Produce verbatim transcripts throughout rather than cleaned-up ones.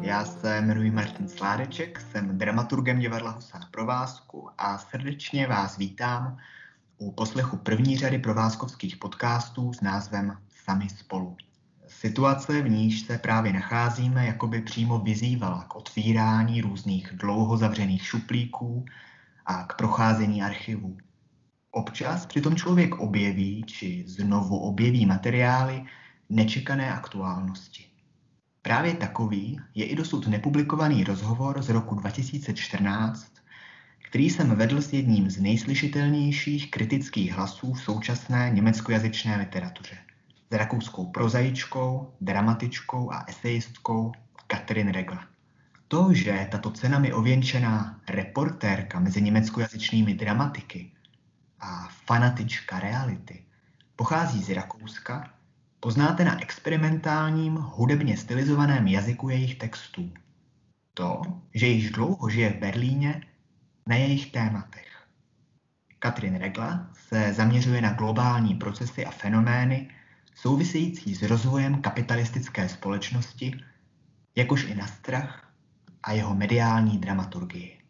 Já se jmenuji Martin Sládeček, jsem dramaturgem divadla Husa na provázku a srdečně vás vítám u poslechu první řady provázkovských podcastů s názvem Sami spolu. Situace, v níž se právě nacházíme, jakoby přímo vyzývala k otvírání různých dlouho zavřených šuplíků a k procházení archivů. Občas přitom člověk objeví či znovu objeví materiály nečekané aktuálnosti. Právě takový je i dosud nepublikovaný rozhovor z roku dva tisíce čtrnáct, který jsem vedl s jedním z nejslyšitelnějších kritických hlasů v současné německojazyčné literatuře, s rakouskou prozaičkou, dramatičkou a esejistkou Katrin Regler. To, že tato cenami ověnčená reportérka mezi německojazyčnými dramatiky a fanatička reality pochází z Rakouska, poznáte na experimentálním, hudebně stylizovaném jazyku jejich textů. To, že již dlouho žije v Berlíně, na jejich tématech. Katrin Regler se zaměřuje na globální procesy a fenomény související s rozvojem kapitalistické společnosti, jakož i na strach a jeho mediální dramaturgii.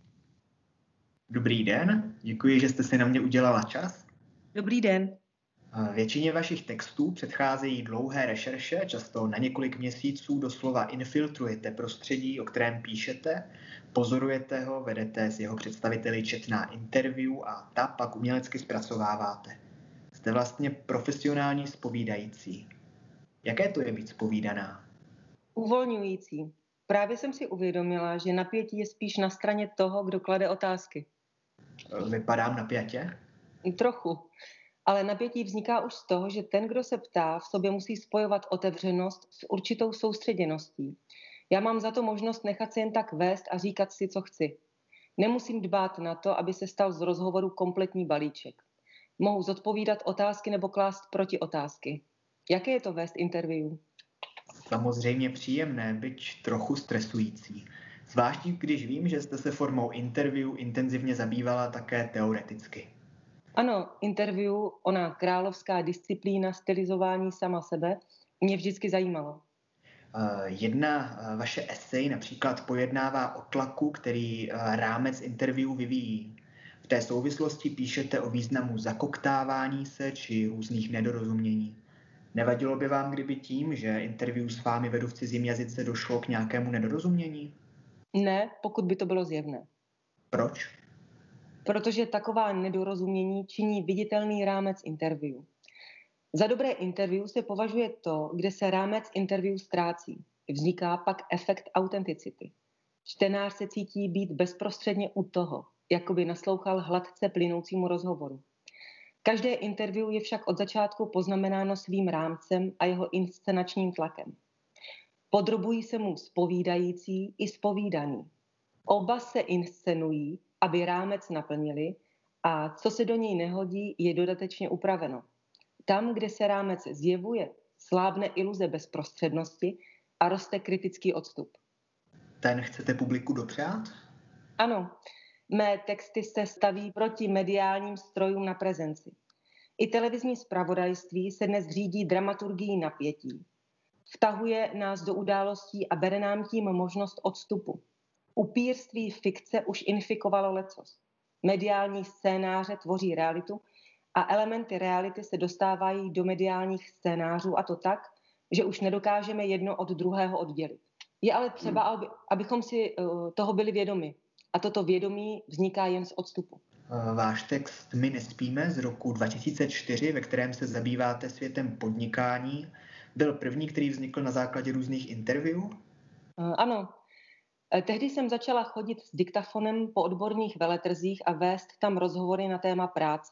Dobrý den, děkuji, že jste si na mě udělala čas. Dobrý den. Většině vašich textů předcházejí dlouhé rešerše, často na několik měsíců doslova infiltrujete prostředí, o kterém píšete, pozorujete ho, vedete s jeho představiteli četná interview a ta pak umělecky zpracováváte. Jste vlastně profesionální zpovídající. Jaké to je být zpovídaná? Uvolňující. Právě jsem si uvědomila, že napětí je spíš na straně toho, kdo klade otázky. Vypadám napjatě? Trochu. Ale napětí vzniká už z toho, že ten, kdo se ptá, v sobě musí spojovat otevřenost s určitou soustředěností. Já mám za to možnost nechat si jen tak vést a říkat si, co chci. Nemusím dbát na to, aby se stal z rozhovoru kompletní balíček. Mohu zodpovídat otázky nebo klást protiotázky. Jaké je to vést interview? Samozřejmě příjemné, byť trochu stresující. Zvláště když vím, že jste se formou interview intenzivně zabývala také teoreticky. Ano, interview, ona královská disciplína stylizování sama sebe, mě vždycky zajímalo. Jedna vaše esej například pojednává o tlaku, který rámec interview vyvíjí. V té souvislosti píšete o významu zakoktávání se či různých nedorozumění. Nevadilo by vám, kdyby tím, že interview s vámi vedu v cizím jazyce, došlo k nějakému nedorozumění? Ne, pokud by to bylo zjevné. Proč? Protože taková nedorozumění činí viditelný rámec interview. Za dobré interview se považuje to, kde se rámec interview ztrácí. Vzniká pak efekt autenticity. Čtenář se cítí být bezprostředně u toho, jako by naslouchal hladce plynoucímu rozhovoru. Každé interview je však od začátku poznamenáno svým rámcem a jeho inscenačním tlakem. Podrobují se mu zpovídající i zpovídaný. Oba se inscenují, aby rámec naplnili, a co se do něj nehodí, je dodatečně upraveno. Tam, kde se rámec zjevuje, slábne iluze bezprostřednosti a roste kritický odstup. Ten chcete publiku dopřát? Ano, mé texty se staví proti mediálním strojům na prezenci. I televizní zpravodajství se dnes řídí dramaturgií napětí. Vtahuje nás do událostí a bere nám tím možnost odstupu. Upírství fikce už infikovalo lecos. Mediální scénáře tvoří realitu a elementy reality se dostávají do mediálních scénářů, a to tak, že už nedokážeme jedno od druhého oddělit. Je ale třeba, aby, abychom si uh, toho byli vědomi. A toto vědomí vzniká jen z odstupu. Váš text My nespíme z roku dva tisíce čtyři, ve kterém se zabýváte světem podnikání, byl první, který vznikl na základě různých interview? Uh, ano. Tehdy jsem začala chodit s diktafonem po odborných veletrzích a vést tam rozhovory na téma práce.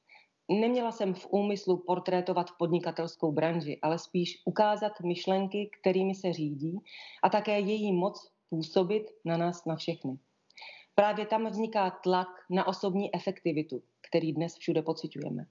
Neměla jsem v úmyslu portrétovat podnikatelskou branži, ale spíš ukázat myšlenky, kterými se řídí, a také její moc působit na nás, na všechny. Právě tam vzniká tlak na osobní efektivitu, který dnes všude pociťujeme.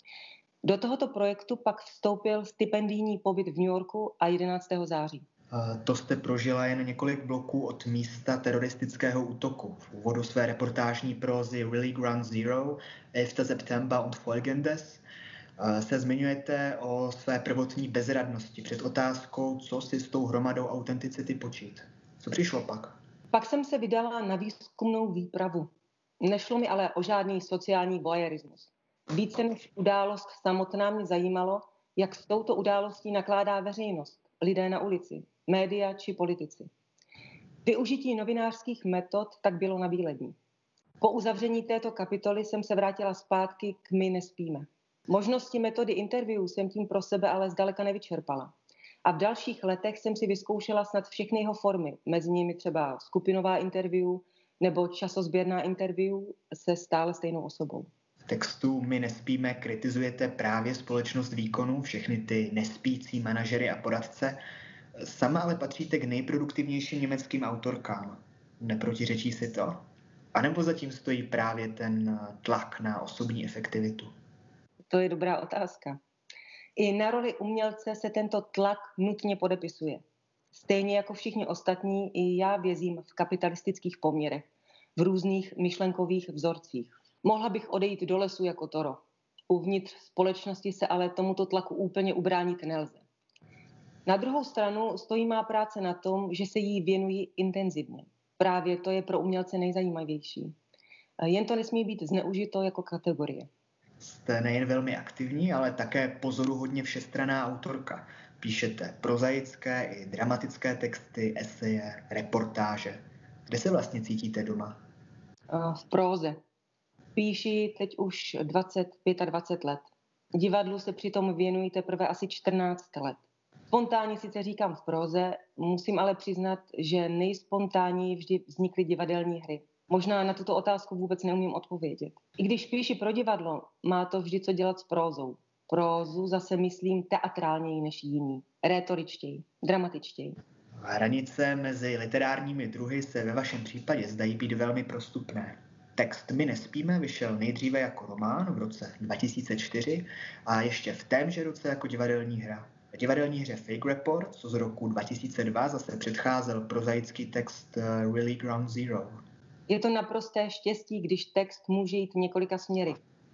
Do tohoto projektu pak vstoupil stipendijní pobyt v New Yorku a jedenáctého září. To jste prožila jen několik bloků od místa teroristického útoku. V úvodu své reportážní prózy Really Ground Zero, elfter September und folgendes, se zmiňujete o své prvotní bezradnosti před otázkou, co si s tou hromadou autenticity počít. Co přišlo pak? Pak jsem se vydala na výzkumnou výpravu. Nešlo mi ale o žádný sociální voyeurismus. Více než událost samotná mě zajímalo, jak s touto událostí nakládá veřejnost, lidé na ulici, média či politici. Využití novinářských metod tak bylo na výlední. Po uzavření této kapitoly jsem se vrátila zpátky k My nespíme. Možnosti metody interview jsem tím pro sebe ale zdaleka nevyčerpala. A v dalších letech jsem si vyzkoušela snad všechny jeho formy, mezi nimi třeba skupinová interview nebo časozběrná interview se stále stejnou osobou. V textu My nespíme kritizujete právě společnost výkonu, všechny ty nespící manažery a poradce. Sama ale patříte k nejproduktivnějším německým autorkám. Neprotiřečí si to? A nebo zatím stojí právě ten tlak na osobní efektivitu? To je dobrá otázka. I na roli umělce se tento tlak nutně podepisuje. Stejně jako všichni ostatní, i já vězím v kapitalistických poměrech, v různých myšlenkových vzorcích. Mohla bych odejít do lesu jako toro. Uvnitř společnosti se ale tomuto tlaku úplně ubránit nelze. Na druhou stranu stojí má práce na tom, že se jí věnuji intenzivně. Právě to je pro umělce nejzajímavější. Jen to nesmí být zneužito jako kategorie. Jste nejen velmi aktivní, ale také pozoruhodně všestranná autorka. Píšete prozaické i dramatické texty, eseje, reportáže. Kde se vlastně cítíte doma? V próze. Píši teď už dvacet, dvacet pět let. Divadlu se přitom věnuji teprve asi čtrnáct let. Spontánně sice říkám v próze, musím ale přiznat, že nejspontánněji vždy vznikly divadelní hry. Možná na tuto otázku vůbec neumím odpovědět. I když píši pro divadlo, má to vždy co dělat s prózou. Prózu zase myslím teatrálněji než jiný, rétoričtěji, dramatičtěji. Hranice mezi literárními druhy se ve vašem případě zdají být velmi prostupné. Text My nespíme vyšel nejdříve jako román v roce dva tisíce čtyři a ještě v témže roce jako divadelní hra. V divadelní hře Fake Report, co z roku dva tisíce dva zase předcházel prozaický text Really Ground Zero. Je to naprosté štěstí, když text může jít několika směry.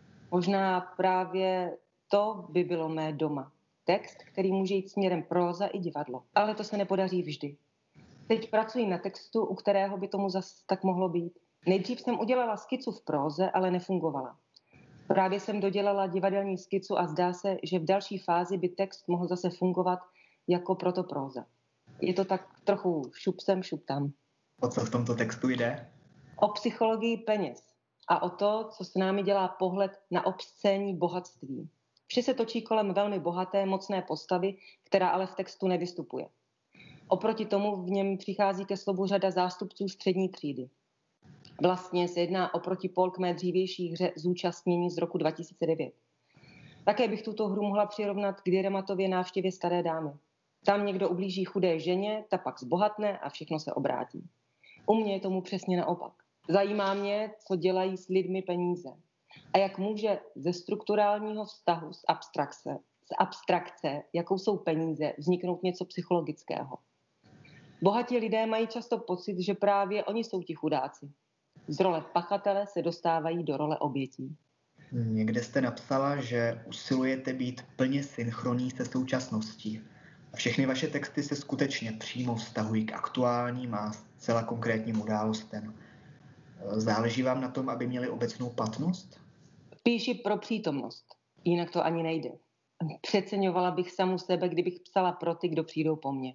Možná právě to by bylo mé doma. Text, který může jít směrem próza i divadlo. Ale to se nepodaří vždy. Teď pracuji na textu, u kterého by tomu zas tak mohlo být. Nejdřív jsem udělala skicu v próze, ale nefungovala. Právě jsem dodělala divadelní skicu a zdá se, že v další fázi by text mohl zase fungovat jako protopróza. Je to tak trochu šup sem, šup tam. O co v tomto textu jde? O psychologii peněz a o to, co s námi dělá pohled na obscénní bohatství. Vše se točí kolem velmi bohaté, mocné postavy, která ale v textu nevystupuje. Oproti tomu v něm přichází ke slovu řada zástupců střední třídy. Vlastně se jedná o protipól k mé dřívější hře Zúčastnění z roku dva tisíce devět. Také bych tuto hru mohla přirovnat k Dürrematově Návštěvě staré dámy. Tam někdo ublíží chudé ženě, ta pak zbohatne a všechno se obrátí. U mě je tomu přesně naopak. Zajímá mě, co dělají s lidmi peníze a jak může ze strukturálního vztahu z abstrakce, z abstrakce, jakou jsou peníze, vzniknout něco psychologického. Bohatí lidé mají často pocit, že právě oni jsou ti chudáci. Z role pachatele se dostávají do role obětí. Někde jste napsala, že usilujete být plně synchronní se současností. A všechny vaše texty se skutečně přímo vztahují k aktuálním a zcela konkrétním událostem. Záleží vám na tom, aby měli obecnou platnost? Píši pro přítomnost, jinak to ani nejde. Přeceňovala bych samu sebe, kdybych psala pro ty, kdo přijdou po mně.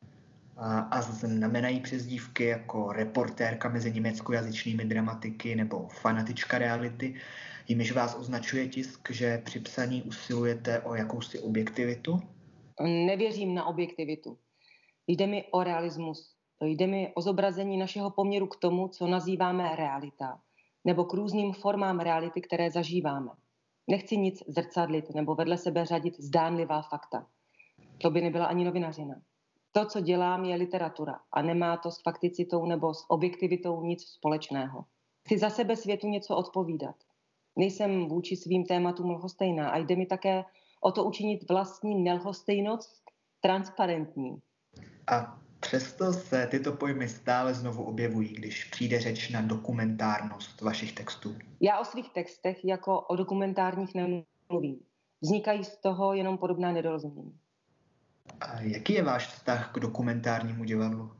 A, a znamenají přezdívky jako reportérka mezi německojazyčnými dramatiky nebo fanatička reality, jimiž vás označuje tisk, že při psaní usilujete o jakousi objektivitu? Nevěřím na objektivitu. Jde mi o realismus. Jde mi o zobrazení našeho poměru k tomu, co nazýváme realita, nebo k různým formám reality, které zažíváme. Nechci nic zrcadlit nebo vedle sebe řadit zdánlivá fakta. To by nebyla ani novinařina. To, co dělám, je literatura a nemá to s fakticitou nebo s objektivitou nic společného. Chci za sebe světu něco odpovídat. Nejsem vůči svým tématům lhostejná a jde mi také o to učinit vlastní nelhostejnost transparentní. A přesto se tyto pojmy stále znovu objevují, když přijde řeč na dokumentárnost vašich textů. Já o svých textech jako o dokumentárních nemluvím. Vznikají z toho jenom podobná nedorozumění. A jaký je váš vztah k dokumentárnímu divadlu?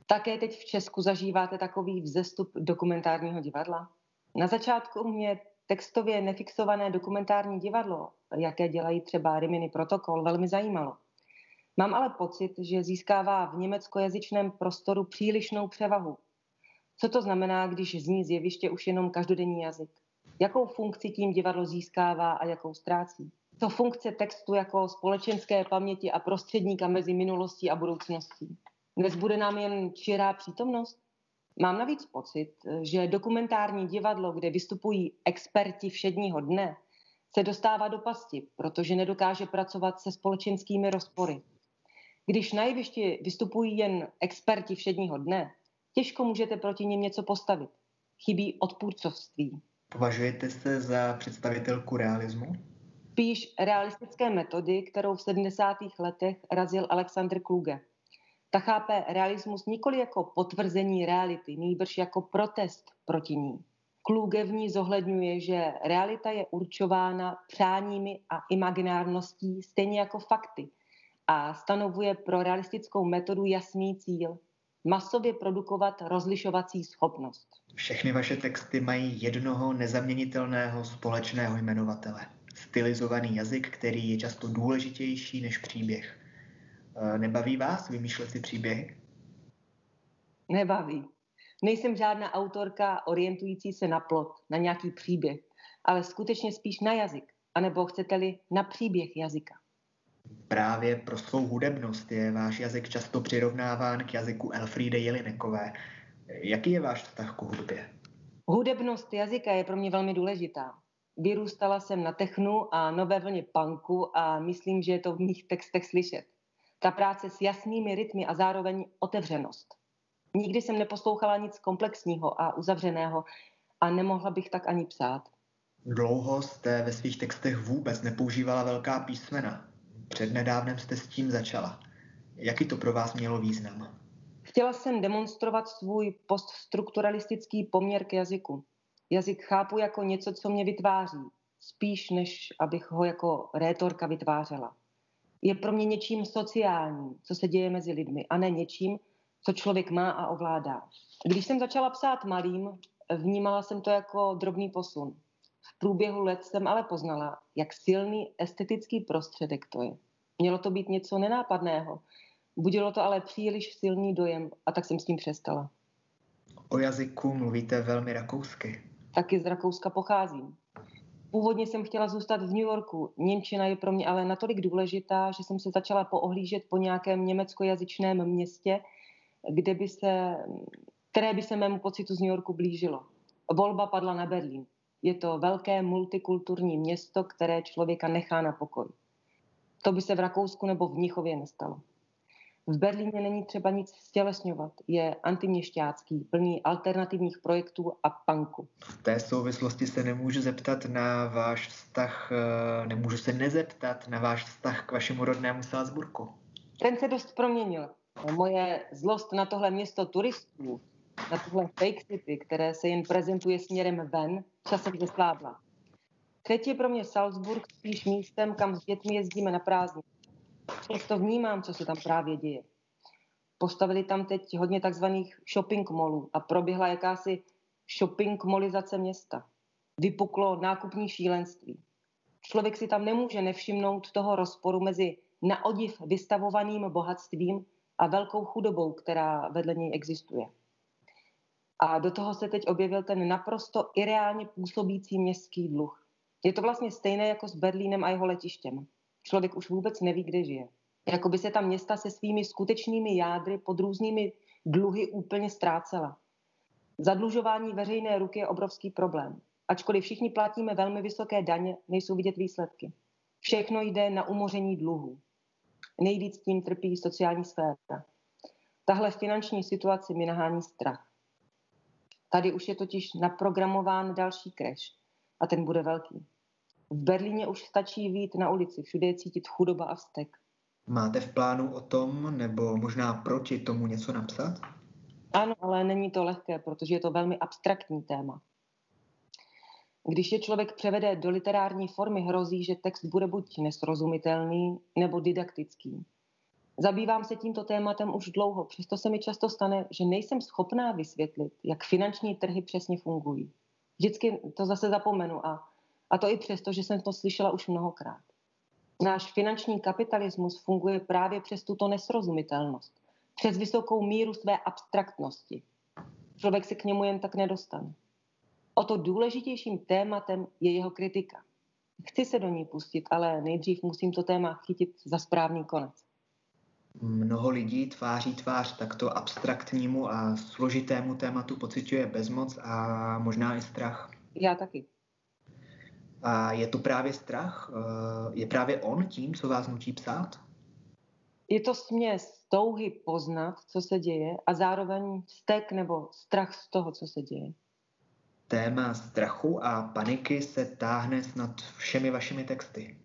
Také teď v Česku zažíváte takový vzestup dokumentárního divadla? Na začátku mě textově nefixované dokumentární divadlo, jaké dělají třeba Rimini Protokol, velmi zajímalo. Mám ale pocit, že získává v německojazyčném prostoru přílišnou převahu. Co to znamená, když zní z jeviště už jenom každodenní jazyk? Jakou funkci tím divadlo získává a jakou ztrácí? Co funkce textu jako společenské paměti a prostředníka mezi minulostí a budoucností? Nezbude nám jen čirá přítomnost? Mám navíc pocit, že dokumentární divadlo, kde vystupují experti všedního dne, se dostává do pasti, protože nedokáže pracovat se společenskými rozpory. Když na jevišti vystupují jen experti všedního dne, těžko můžete proti nim něco postavit. Chybí odpůrcovství. Považujete se za představitelku realismu? Spíš realistické metody, kterou v sedmdesátých letech razil Alexander Kluge. Ta chápe realismus nikoli jako potvrzení reality, nýbrž jako protest proti ní. Kluge v ní zohledňuje, že realita je určována přáními a imaginárností stejně jako fakty a stanovuje pro realistickou metodu jasný cíl – masově produkovat rozlišovací schopnost. Všechny vaše texty mají jednoho nezaměnitelného společného jmenovatele. Stylizovaný jazyk, který je často důležitější než příběh. Nebaví vás vymýšlet si příběhy? Nebaví. Nejsem žádná autorka orientující se na plot, na nějaký příběh, ale skutečně spíš na jazyk, anebo chcete-li na příběh jazyka. Právě pro svou hudebnost je váš jazyk často přirovnáván k jazyku Elfriede Jelinekové. Jaký je váš vztah k hudbě? Hudebnost jazyka je pro mě velmi důležitá. Vyrůstala jsem na technu a nové vlně punku a myslím, že je to v mých textech slyšet. Ta práce s jasnými rytmy a zároveň otevřenost. Nikdy jsem neposlouchala nic komplexního a uzavřeného a nemohla bych tak ani psát. Dlouho jste ve svých textech vůbec nepoužívala velká písmena. Přednedávnem jste s tím začala. Jaký to pro vás mělo význam? Chtěla jsem demonstrovat svůj poststrukturalistický poměr k jazyku. Jazyk chápu jako něco, co mě vytváří, spíš než abych ho jako rétorka vytvářela. Je pro mě něčím sociálním, co se děje mezi lidmi, a ne něčím, co člověk má a ovládá. Když jsem začala psát malým, vnímala jsem to jako drobný posun. V průběhu let jsem ale poznala, jak silný estetický prostředek to je. Mělo to být něco nenápadného, budilo to ale příliš silný dojem a tak jsem s tím přestala. O jazyku mluvíte velmi rakousky. Taky z Rakouska pocházím. Původně jsem chtěla zůstat v New Yorku. Němčina je pro mě ale natolik důležitá, že jsem se začala poohlížet po nějakém německojazyčném městě, kde by se, které by se mému pocitu z New Yorku blížilo. Volba padla na Berlín. Je to velké multikulturní město, které člověka nechá na pokoj. To by se v Rakousku nebo v Mnichově nestalo. V Berlíně není třeba nic stělesňovat. Je antiměšťácký, plný alternativních projektů a punku. V té souvislosti se nemůžu zeptat na váš vztah, nemůžu se nezeptat na váš vztah k vašemu rodnému Salzburgu. Ten se dost proměnil. Moje zlost na tohle město turistů, na tohle fake city, které se jen prezentuje směrem ven, časem zeslábla. Teď je pro mě Salzburg spíš místem, kam s dětmi jezdíme na prázdniny. Přesto vnímám, co se tam právě děje. Postavili tam teď hodně takzvaných shopping mallů a proběhla jakási shopping mallizace města. Vypuklo nákupní šílenství. Člověk si tam nemůže nevšimnout toho rozporu mezi na odiv vystavovaným bohatstvím a velkou chudobou, která vedle něj existuje. A do toho se teď objevil ten naprosto ireálně působící městský dluh. Je to vlastně stejné jako s Berlínem a jeho letištěm. Člověk už vůbec neví, kde žije. Jakoby se ta města se svými skutečnými jádry pod různými dluhy úplně ztrácela. Zadlužování veřejné ruky je obrovský problém. Ačkoliv všichni platíme velmi vysoké daně, nejsou vidět výsledky. Všechno jde na umoření dluhů. Nejvíc tím trpí sociální sféra. Tahle finanční situace mi nahání strach. Tady už je totiž naprogramován další crash a ten bude velký. V Berlíně už stačí vyjít na ulici, všude je cítit chudoba a vztek. Máte v plánu o tom, nebo možná proti tomu něco napsat? Ano, ale není to lehké, protože je to velmi abstraktní téma. Když je člověk převede do literární formy, hrozí, že text bude buď nesrozumitelný, nebo didaktický. Zabývám se tímto tématem už dlouho, přesto se mi často stane, že nejsem schopná vysvětlit, jak finanční trhy přesně fungují. Vždycky to zase zapomenu a, a to i přesto, že jsem to slyšela už mnohokrát. Náš finanční kapitalismus funguje právě přes tuto nesrozumitelnost, přes vysokou míru své abstraktnosti. Člověk se k němu jen tak nedostane. O to důležitějším tématem je jeho kritika. Chci se do ní pustit, ale nejdřív musím to téma chytit za správný konec. Mnoho lidí tváří tvář takto abstraktnímu a složitému tématu pociťuje bezmoc a možná i strach. Já taky. A je to právě strach? Je právě on tím, co vás nutí psát? Je to směs touhy poznat, co se děje, a zároveň vztek nebo strach z toho, co se děje. Téma strachu a paniky se táhne snad všemi vašimi texty.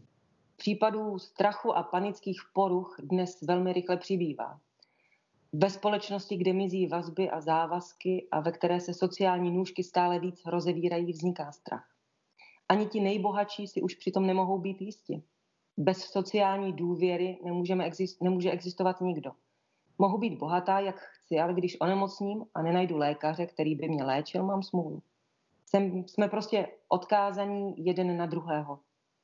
Případů strachu a panických poruch dnes velmi rychle přibývá. Ve společnosti, kde mizí vazby a závazky a ve které se sociální nůžky stále víc rozevírají, vzniká strach. Ani ti nejbohatší si už přitom nemohou být jisti. Bez sociální důvěry nemůžeme exist- nemůže existovat nikdo. Mohu být bohatá, jak chci, ale když onemocním a nenajdu lékaře, který by mě léčil, mám smůlu. Jsem, jsme prostě odkázaní jeden na druhého.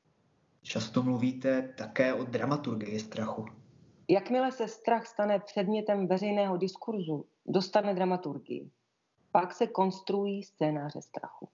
Často mluvíte také o dramaturgii strachu. Jakmile se strach stane předmětem veřejného diskurzu, dostane dramaturgii. Pak se konstruují scénáře strachu.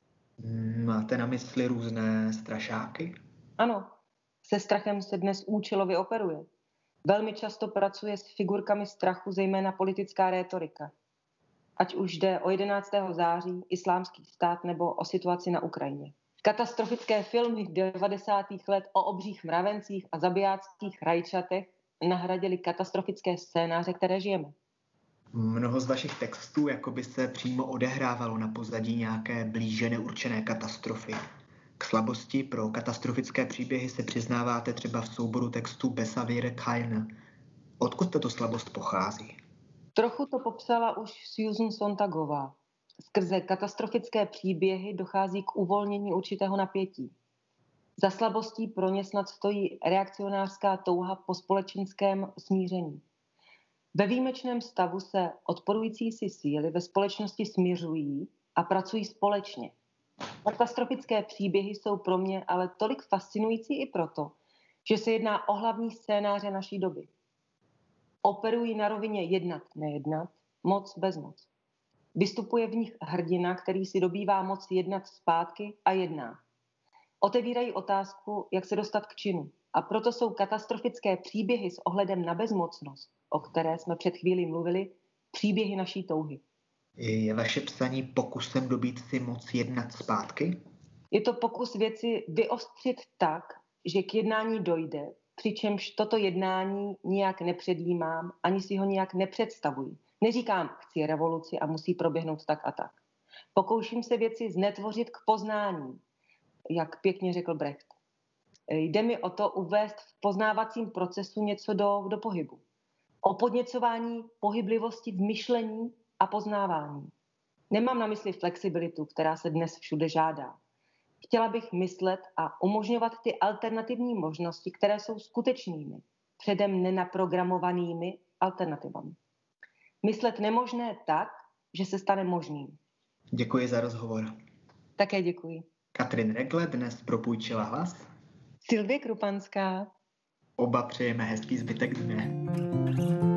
Máte na mysli různé strašáky? Ano, se strachem se dnes účelově operuje. Velmi často pracuje s figurkami strachu, zejména politická rétorika. Ať už jde o jedenáctého září, Islámský stát nebo o situaci na Ukrajině. Katastrofické filmy devadesátých let o obřích mravencích a zabijáckých rajčatech nahradily katastrofické scénáře, které žijeme. Mnoho z vašich textů jako by se přímo odehrávalo na pozadí nějaké blíže neurčené katastrofy. K slabosti pro katastrofické příběhy se přiznáváte třeba v souboru textů Besavire Keine. Odkud tato slabost pochází? Trochu to popsala už Susan Sontagová. Skrze katastrofické příběhy dochází k uvolnění určitého napětí. Za slabostí pro ně snad stojí reakcionářská touha po společenském smíření. Ve výjimečném stavu se odporující si síly ve společnosti smířují a pracují společně. Katastrofické příběhy jsou pro mě ale tolik fascinující i proto, že se jedná o hlavní scénáře naší doby. Operují na rovině jednat, nejednat, moc bez moc. Vystupuje v nich hrdina, který si dobývá moc jednat zpátky a jedná. Otevírají otázku, jak se dostat k činu. A proto jsou katastrofické příběhy s ohledem na bezmocnost, o které jsme před chvílí mluvili, příběhy naší touhy. Je vaše psaní pokusem dobít si moc jednat zpátky? Je to pokus věci vyostřit tak, že k jednání dojde, přičemž toto jednání nijak nepředjímám, ani si ho nijak nepředstavuji. Neříkám, chci revoluci a musí proběhnout tak a tak. Pokouším se věci znetvořit k poznání, jak pěkně řekl Brecht. Jde mi o to uvést v poznávacím procesu něco do, do pohybu. O podněcování pohyblivosti v myšlení a poznávání. Nemám na mysli flexibilitu, která se dnes všude žádá. Chtěla bych myslet a umožňovat ty alternativní možnosti, které jsou skutečnými, předem nenaprogramovanými alternativami. Myslet nemožné tak, že se stane možným. Děkuji za rozhovor. Také děkuji. Katrin Regle dnes propůjčila hlas. Sylvie Krupanská. Oba přejeme hezký zbytek dne.